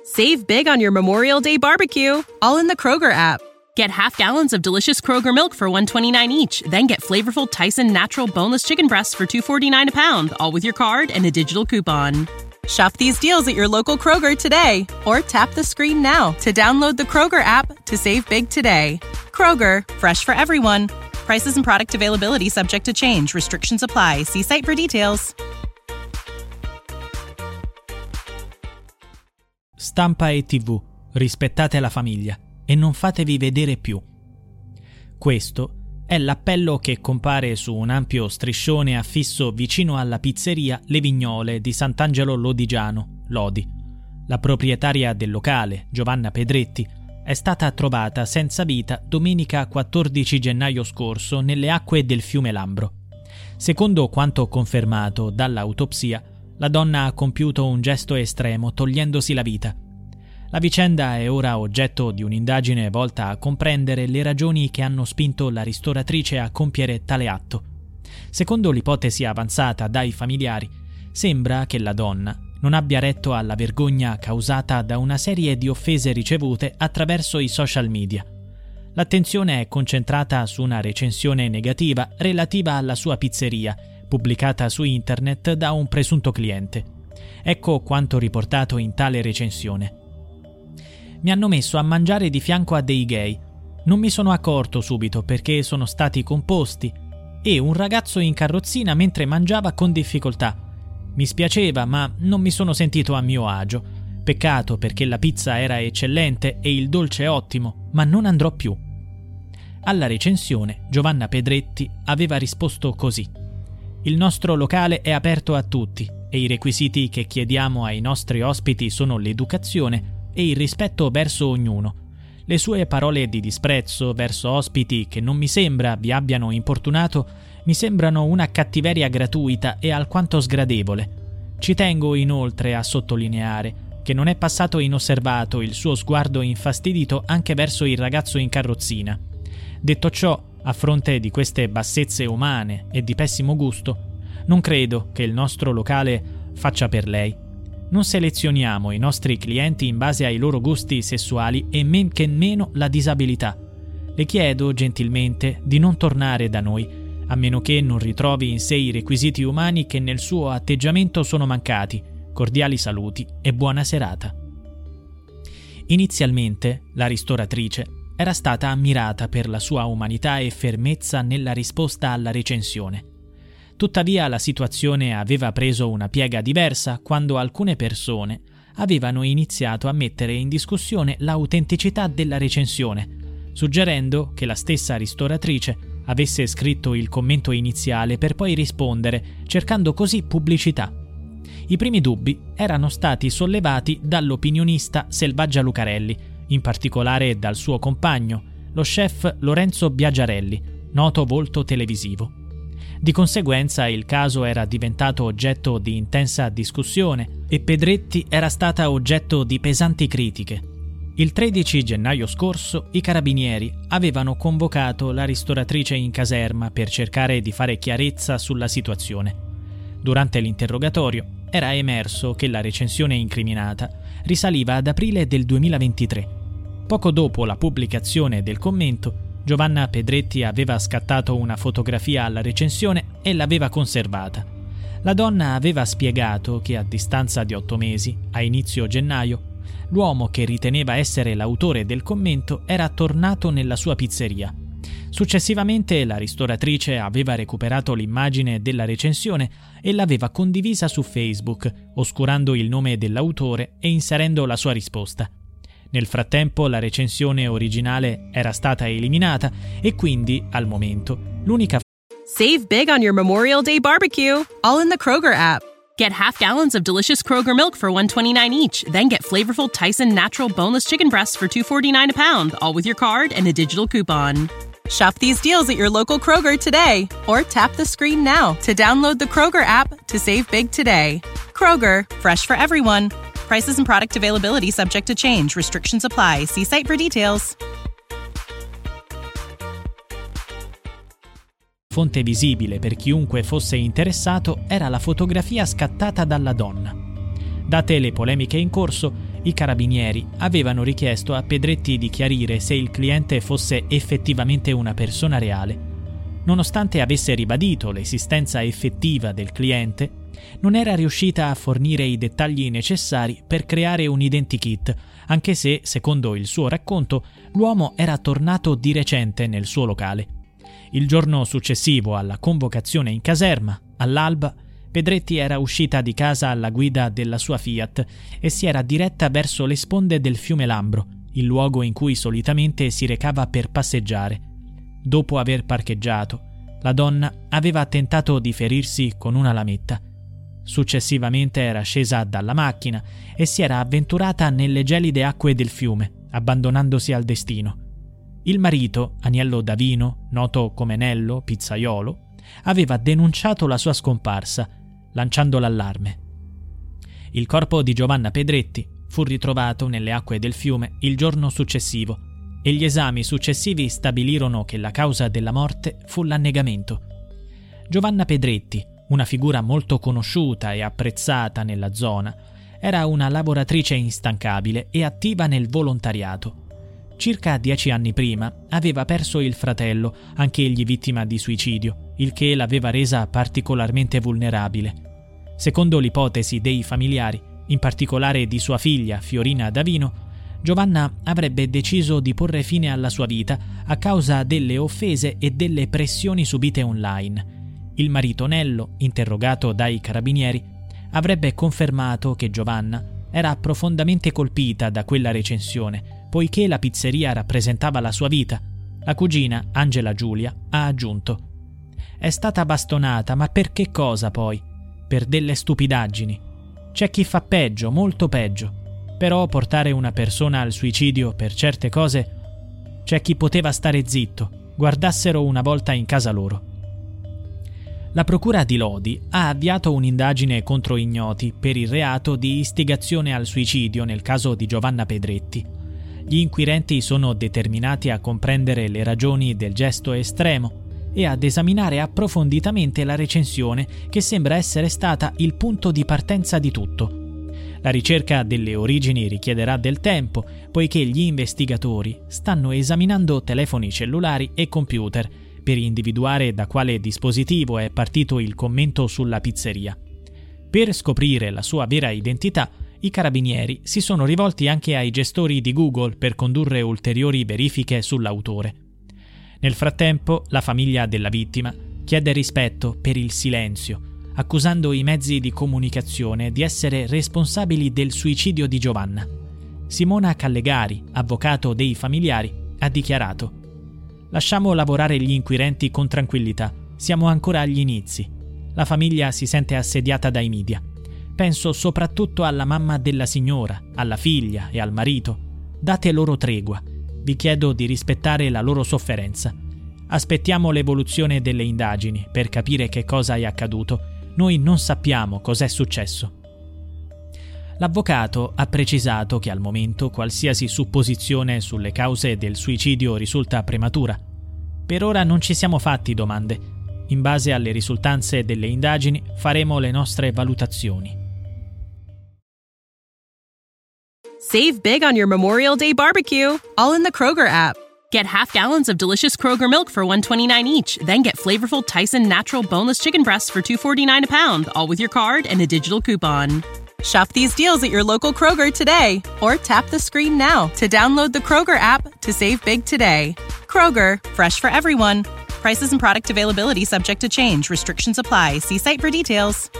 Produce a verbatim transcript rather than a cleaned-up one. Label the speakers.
Speaker 1: Save big on your Memorial Day barbecue, all in the Kroger app. Get half gallons of delicious Kroger milk for one dollar and twenty-nine cents each. Then get flavorful Tyson natural boneless chicken breasts for two dollars and forty-nine cents a pound, all with your card and a digital coupon. Shop these deals at your local Kroger today, or tap the screen now to download the Kroger app to save big today. Kroger, fresh for everyone. Prices and product availability subject to change. Restrictions apply. See site for details.
Speaker 2: Stampa e tivù, rispettate la famiglia e non fatevi vedere più. Questo è l'appello che compare su un ampio striscione affisso vicino alla pizzeria Le Vignole di Sant'Angelo Lodigiano, Lodi. La proprietaria del locale, Giovanna Pedretti, è stata trovata senza vita domenica quattordici gennaio scorso nelle acque del fiume Lambro. Secondo quanto confermato dall'autopsia, la donna ha compiuto un gesto estremo togliendosi la vita. La vicenda è ora oggetto di un'indagine volta a comprendere le ragioni che hanno spinto la ristoratrice a compiere tale atto. Secondo l'ipotesi avanzata dai familiari, sembra che la donna non abbia retto alla vergogna causata da una serie di offese ricevute attraverso i social media. L'attenzione è concentrata su una recensione negativa relativa alla sua pizzeria, pubblicata su internet da un presunto cliente. Ecco quanto riportato in tale recensione. Mi hanno messo a mangiare di fianco a dei gay. Non mi sono accorto subito perché sono stati composti e un ragazzo in carrozzina mentre mangiava con difficoltà. Mi spiaceva, ma non mi sono sentito a mio agio. Peccato perché la pizza era eccellente e il dolce ottimo, ma non andrò più. Alla recensione, Giovanna Pedretti aveva risposto così: il nostro locale è aperto a tutti e i requisiti che chiediamo ai nostri ospiti sono l'educazione e il rispetto verso ognuno. Le sue parole di disprezzo verso ospiti che non mi sembra vi abbiano importunato mi sembrano una cattiveria gratuita e alquanto sgradevole. Ci tengo inoltre a sottolineare che non è passato inosservato il suo sguardo infastidito anche verso il ragazzo in carrozzina. Detto ciò, a fronte di queste bassezze umane e di pessimo gusto, non credo che il nostro locale faccia per lei. Non selezioniamo i nostri clienti in base ai loro gusti sessuali e men che meno la disabilità. Le chiedo gentilmente di non tornare da noi, a meno che non ritrovi in sé i requisiti umani che nel suo atteggiamento sono mancati. Cordiali saluti e buona serata. Inizialmente, la ristoratrice era stata ammirata per la sua umanità e fermezza nella risposta alla recensione. Tuttavia la situazione aveva preso una piega diversa quando alcune persone avevano iniziato a mettere in discussione l'autenticità della recensione, suggerendo che la stessa ristoratrice avesse scritto il commento iniziale per poi rispondere, cercando così pubblicità. I primi dubbi erano stati sollevati dall'opinionista Selvaggia Lucarelli, in particolare dal suo compagno, lo chef Lorenzo Biagiarelli, noto volto televisivo. Di conseguenza il caso era diventato oggetto di intensa discussione e Pedretti era stata oggetto di pesanti critiche. Il tredici gennaio scorso i carabinieri avevano convocato la ristoratrice in caserma per cercare di fare chiarezza sulla situazione. Durante l'interrogatorio era emerso che la recensione incriminata risaliva ad aprile del duemilaventitré. Poco dopo la pubblicazione del commento, Giovanna Pedretti aveva scattato una fotografia alla recensione e l'aveva conservata. La donna aveva spiegato che a distanza di otto mesi, a inizio gennaio, l'uomo che riteneva essere l'autore del commento era tornato nella sua pizzeria. Successivamente la ristoratrice aveva recuperato l'immagine della recensione e l'aveva condivisa su Facebook, oscurando il nome dell'autore e inserendo la sua risposta. Nel frattempo la recensione originale era stata eliminata e quindi, al momento, l'unica...
Speaker 1: Save big on your Memorial Day barbecue, all in the Kroger app. Get half gallons of delicious Kroger milk for one dollar and twenty-nine cents each. Then get flavorful Tyson natural boneless chicken breasts for two dollars and forty-nine cents a pound, all with your card and a digital coupon. Shop these deals at your local Kroger today, or tap the screen now to download the Kroger app to save big today. Kroger, fresh for everyone. Prices and product availability subject to change. Restrictions apply. See site for details.
Speaker 2: Fonte visibile per chiunque fosse interessato era la fotografia scattata dalla donna. Date le polemiche in corso, I carabinieri avevano richiesto a Pedretti di chiarire se il cliente fosse effettivamente una persona reale. Nonostante avesse ribadito l'esistenza effettiva del cliente, non era riuscita a fornire i dettagli necessari per creare un identikit, anche se, secondo il suo racconto, l'uomo era tornato di recente nel suo locale. Il giorno successivo alla convocazione in caserma, all'alba, Pedretti era uscita di casa alla guida della sua Fiat e si era diretta verso le sponde del fiume Lambro, il luogo in cui solitamente si recava per passeggiare. Dopo aver parcheggiato, la donna aveva tentato di ferirsi con una lametta. Successivamente era scesa dalla macchina e si era avventurata nelle gelide acque del fiume, abbandonandosi al destino. Il marito, Aniello Davino, noto come Nello, pizzaiolo, aveva denunciato la sua scomparsa, lanciando l'allarme. Il corpo di Giovanna Pedretti fu ritrovato nelle acque del fiume il giorno successivo e gli esami successivi stabilirono che la causa della morte fu l'annegamento. Giovanna Pedretti, una figura molto conosciuta e apprezzata nella zona, era una lavoratrice instancabile e attiva nel volontariato. Circa dieci anni prima aveva perso il fratello, anche egli vittima di suicidio, il che l'aveva resa particolarmente vulnerabile. Secondo l'ipotesi dei familiari, in particolare di sua figlia Fiorina Davino, Giovanna avrebbe deciso di porre fine alla sua vita a causa delle offese e delle pressioni subite online. Il marito Nello, interrogato dai carabinieri, avrebbe confermato che Giovanna era profondamente colpita da quella recensione, poiché la pizzeria rappresentava la sua vita. La cugina, Angela Giulia, ha aggiunto: «È stata bastonata, ma per che cosa poi? Per delle stupidaggini. C'è chi fa peggio, molto peggio. Però portare una persona al suicidio per certe cose, c'è chi poteva stare zitto, guardassero una volta in casa loro». La procura di Lodi ha avviato un'indagine contro ignoti per il reato di istigazione al suicidio nel caso di Giovanna Pedretti. Gli inquirenti sono determinati a comprendere le ragioni del gesto estremo e ad esaminare approfonditamente la recensione che sembra essere stata il punto di partenza di tutto. La ricerca delle origini richiederà del tempo, poiché gli investigatori stanno esaminando telefoni cellulari e computer per individuare da quale dispositivo è partito il commento sulla pizzeria. Per scoprire la sua vera identità, i carabinieri si sono rivolti anche ai gestori di Google per condurre ulteriori verifiche sull'autore. Nel frattempo, la famiglia della vittima chiede rispetto per il silenzio, accusando i mezzi di comunicazione di essere responsabili del suicidio di Giovanna. Simona Callegari, avvocato dei familiari, ha dichiarato: «Lasciamo lavorare gli inquirenti con tranquillità, siamo ancora agli inizi. La famiglia si sente assediata dai media. Penso soprattutto alla mamma della signora, alla figlia e al marito. Date loro tregua. Vi chiedo di rispettare la loro sofferenza. Aspettiamo l'evoluzione delle indagini per capire che cosa è accaduto. Noi non sappiamo cos'è successo». L'avvocato ha precisato che al momento qualsiasi supposizione sulle cause del suicidio risulta prematura. Per ora non ci siamo fatti domande. In base alle risultanze delle indagini faremo le nostre valutazioni.
Speaker 1: Save big on your Memorial Day barbecue, all in the Kroger app. Get half gallons of delicious Kroger milk for one dollar and twenty-nine cents each. Then get flavorful Tyson natural boneless chicken breasts for two dollars and forty-nine cents a pound, all with your card and a digital coupon. Shop these deals at your local Kroger today, or tap the screen now to download the Kroger app to save big today. Kroger, fresh for everyone. Prices and product availability subject to change. Restrictions apply. See site for details.